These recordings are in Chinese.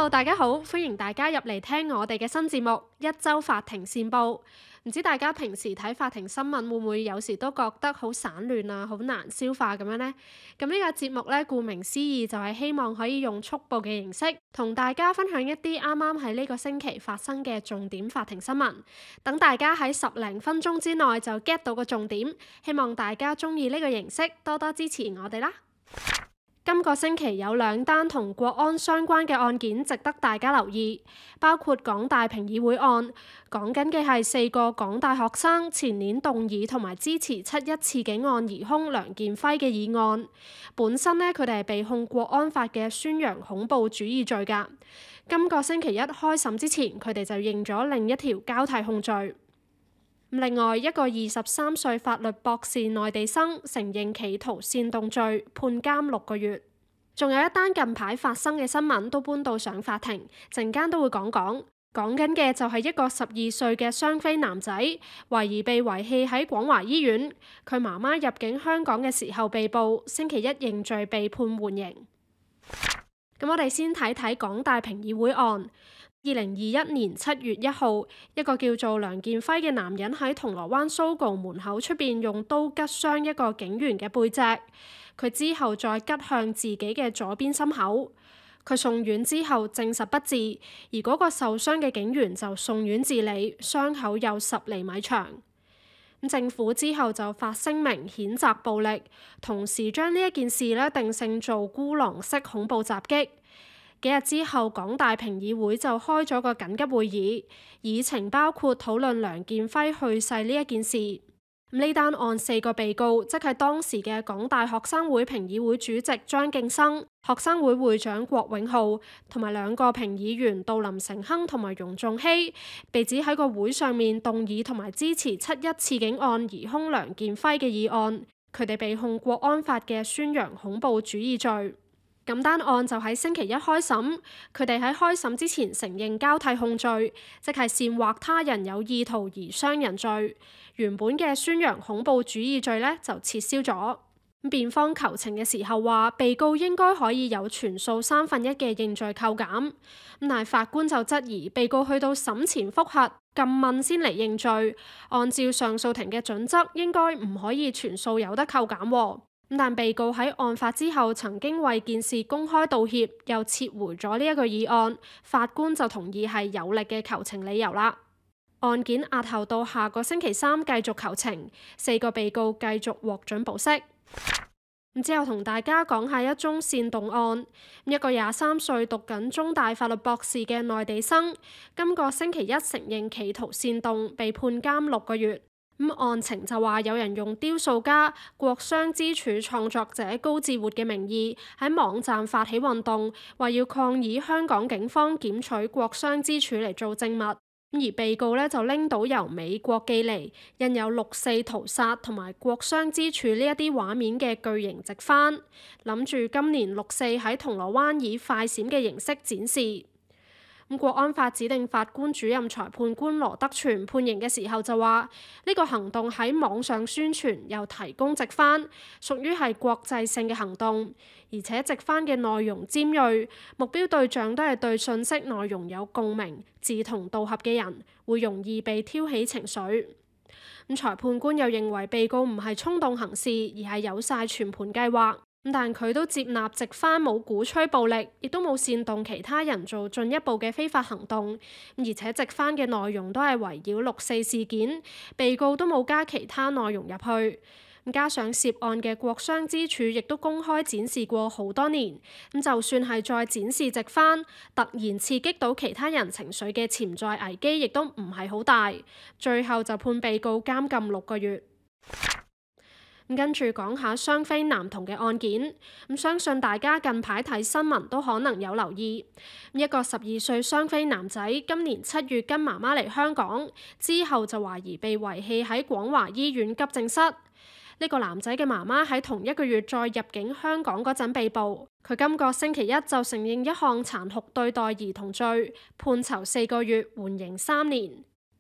Hello，大家好，歡迎大家入嚟聽我哋嘅新節目《一周法庭線報》。唔知大家平時睇法庭新聞會唔會有時都覺得好散亂啊，好難消化咁樣呢？咁呢個節目呢，顧名思義就係希望可以用速報嘅形式，同大家分享一啲啱啱喺呢個星期發生嘅重點法庭新聞，等大家喺10零分鐘之內就 get 到個重點。希望大家鍾意呢個形式，多多支持我哋啦！今個星期有2單同國安相關嘅案件值得大家留意，包括港大評議會案，講緊嘅係4個港大學生前年動議同埋支持7·1刺警案疑兇梁健輝嘅議案。本身呢，佢哋係被控國安法嘅宣揚恐怖主義罪㗎。今個星期一開審之前，佢哋就認咗另一條交替控罪。另外一個23歲法律博士內地生承認企圖煽動罪，判監6個月。仲有一單近排發生嘅新聞都搬到上法庭，陣間都會講講。講緊嘅就係一個12歲嘅雙非男仔，懷疑被遺棄喺廣華醫院。佢媽媽入境香港嘅時候被捕，星期一認罪被判緩刑。咁我哋先睇睇港大評議會案。2021年7月1號，一個叫做梁健輝嘅男人喺銅鑼灣 Sogo 門口出邊用刀拮傷一個警員嘅背脊，佢之後再拮向自己嘅左邊心口。佢送院之後證實不治，而嗰個受傷嘅警員就送院治理，傷口有10厘米長。政府之後就發聲明譴責暴力，同時將呢一件事定性做孤狼式恐怖襲擊。幾日之後，港大評議會就開咗個緊急會議，議程包括討論梁健輝去世呢一件事。呢單案4個被告，即係當時嘅港大學生會評議會主席張敬生、學生會會長郭永浩，同埋2個評議員杜林成亨同埋容仲希，被指喺個會上面動議同埋支持7·1刺警案疑兇梁健輝嘅議案，佢哋被控國安法嘅宣揚恐怖主義罪。咁單案就喺星期一開審，佢哋喺開審之前承認交替控罪，即係煽惑他人有意圖而傷人罪。原本嘅宣揚恐怖主義罪就撤銷咗。辯方求情嘅時候話，被告應該可以有全數1/3嘅認罪扣減。但係法官就質疑被告去到審前覆核咁問先嚟認罪，按照上訴庭嘅準則，應該唔可以全數有得扣減喎。但被告喺案發之後曾經為件事公開道歉，又撤回咗呢一個議案，法官就同意係有力嘅求情理由啦。案件押後到下個星期3繼續求情，4個被告繼續獲准保釋。之後同大家講下一宗煽動案，一個23歲讀緊中大法律博士嘅內地生，今個星期一承認企圖煽動，被判監6個月。案情就話有人用雕塑家國殤之柱創作者高志活嘅名義喺網站發起運動，話要抗議香港警方檢取國殤之柱嚟做證物。而被告就拎到由美國寄嚟印有6·4屠殺同埋國殤之柱呢一啲畫面嘅巨型直幡，諗住今年6·4喺銅鑼灣以快閃嘅形式展示。國安法指定法官主任裁判官羅德全判刑嘅時候就話，呢個行動喺網上宣傳又提供直幡，屬於係國際性嘅行動，而且直幡嘅內容尖銳，目標對象都係對信息內容有共鳴、志同道合嘅人，會容易被挑起情緒。裁判官又認為被告唔係衝動行事，而係有晒全盤計劃。但佢都接納直幡冇鼓吹暴力，亦都冇煽動其他人做進一步嘅非法行動，而且直幡嘅內容都係圍繞6·4事件，被告都冇加其他內容入去。加上涉案嘅國殤之柱亦都公開展示過好多年，就算係再展示直幡，突然刺激到其他人情緒嘅潛在危機亦都唔係好大。最後就判被告監禁6個月。跟住講下雙非男童嘅案件，相信大家近排睇新聞都可能有留意，一個12歲雙非男仔今年7月跟媽媽嚟香港，之後就懷疑被遺棄喺廣華醫院急症室。呢個男仔嘅媽媽喺同一個月再入境香港嗰陣被捕，佢今個星期一就承認一項殘酷對待兒童罪，判囚4個月，緩刑3年。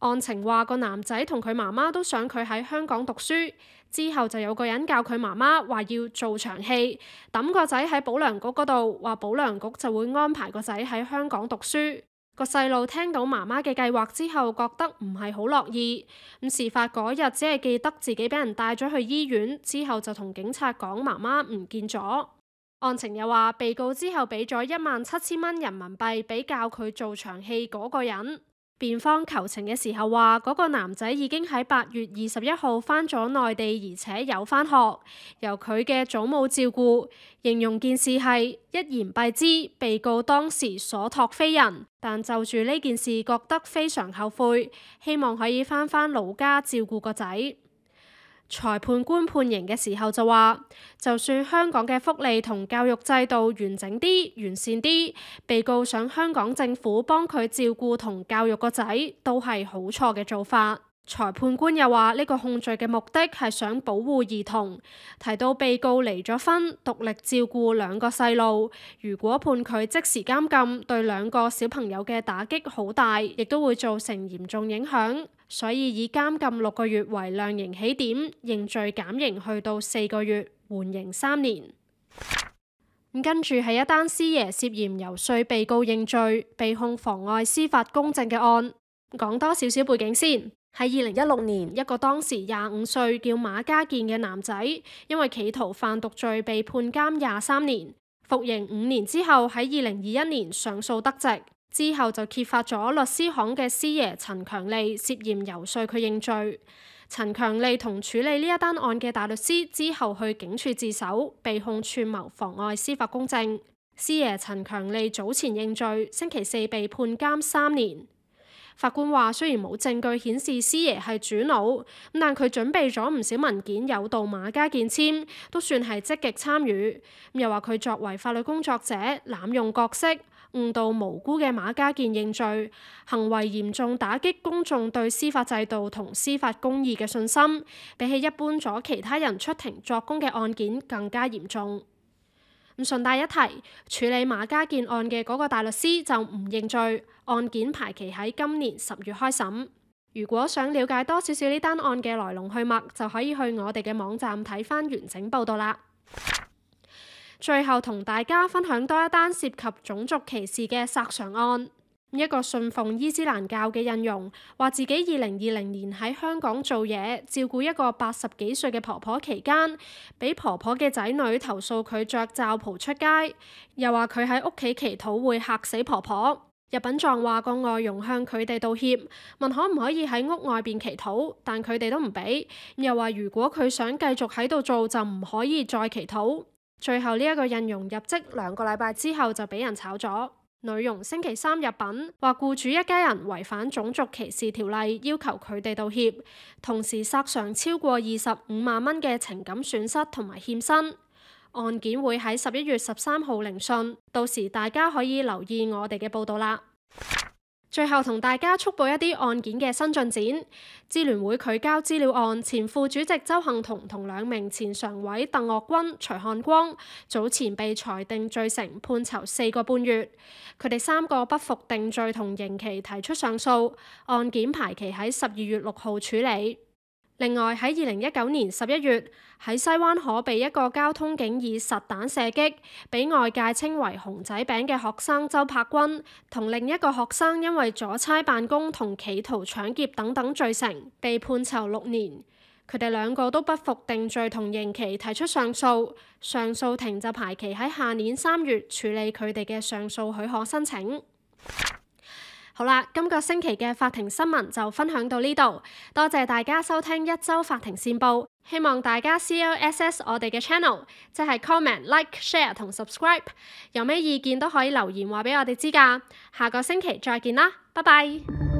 案情話個男仔同佢媽媽都想佢喺香港讀書，之後就有個人教佢媽媽話要做場戲，揼個仔喺保良局嗰度，話保良局就會安排個仔喺香港讀書。個細路聽到媽媽嘅計劃之後，覺得唔係好樂意。事發嗰日只係記得自己俾人帶咗去醫院，之後就同警察講媽媽唔見咗。案情又話，被告之後俾咗17000蚊人民幣俾教佢做場戲嗰個人。辯方求情嘅時候話，嗰個男仔已經喺8月21號返咗內地，而且有返學，由佢嘅祖母照顧。形容件事係一言蔽之，被告當時所託非人，但就住呢件事覺得非常後悔，希望可以返老家照顧個仔。裁判官判刑嘅時候就話，就算香港嘅福利同教育制度完整啲、完善啲，被告想香港政府幫佢照顧同教育個仔，都係好錯嘅做法。裁判官又話，呢個控罪嘅目的係想保護兒童，提到被告離咗婚，獨力照顧2個細路，如果判佢即時監禁，對2個小朋友嘅打擊好大，亦都會造成嚴重影響。所以以監禁6個月為量刑起點，認罪減刑去到4個月，緩刑3年。跟住係一單師爺涉嫌遊說被告認罪，被控妨礙司法公正嘅案。講多少少背景先。喺2016年，一個當時25歲叫馬家健嘅男仔，因為企圖販毒罪被判監23年，服刑5年之後，喺2021年上訴得直。之後就揭發咗律師行嘅師爺陳強利涉嫌遊說佢認罪。陳強利同處理呢一單案嘅大律師之後去警署自首，被控串謀妨礙司法公正。師爺陳強利早前認罪，星期4被判監3年。法官話，雖然冇證據顯示師爺係主腦，但佢準備咗唔少文件誘導馬家健簽，都算係積極參與。又話佢作為法律工作者，濫用角色，誤導無辜嘅馬家健認罪，行為嚴重打擊公眾對司法制度同司法公義嘅信心，比起一般咗其他人出庭作供嘅案件更加嚴重。順帶一提，處理馬家健案嘅嗰個大律師就唔認罪，案件排期喺今年10月開審。如果想了解多少少呢單案嘅來龍去脈，就可以去我哋嘅網站睇返完整報道啦。最後同大家分享多一單涉及種族歧視嘅索償案。一個信奉伊斯蘭教嘅印傭話自己2020年喺香港做嘢，照顧一個80幾歲嘅婆婆期間，俾婆婆嘅仔女投訴佢着罩袍出街，又話佢喺屋企祈禱會嚇死婆婆。入稟狀話個外傭向佢哋道歉，問可唔可以喺屋外邊祈禱，但佢哋都唔俾，又話如果佢想繼續喺度做就唔可以再祈禱。最後呢一個印傭入職2個禮拜之後就俾人炒咗。女傭星期3入稟，話僱主一家人違反種族歧視條例，要求佢哋道歉，同時索償超過25萬蚊嘅情感損失同埋欠薪。案件會喺11月13號聆訊，到時大家可以留意我哋嘅報道啦。最後同大家速報一啲案件嘅新進展。支聯會拒交資料案，前副主席鄒幸彤同2名前常委鄧岳君、徐漢光早前被裁定罪成，判囚4個半月。佢哋3個不服定罪同刑期，提出上訴，案件排期喺12月6號處理。另外喺2019年11月，喺西灣河被一個交通警以實彈射擊，俾外界稱為熊仔餅嘅學生周柏君，同另一個學生因為阻差辦公同企圖搶劫等等罪成，被判囚6年。佢哋2個都不服定罪同刑期，提出上訴，上訴庭就排期喺下年3月處理佢哋嘅上訴許可申請。好啦，今個星期嘅法庭新聞就分享到呢度，多謝大家收聽一周法庭線報，希望大家 CLSS 我哋嘅 channel， 即係 comment、like、share 同 subscribe， 有咩意見都可以留言話俾我哋知㗎。下個星期再見啦，拜拜。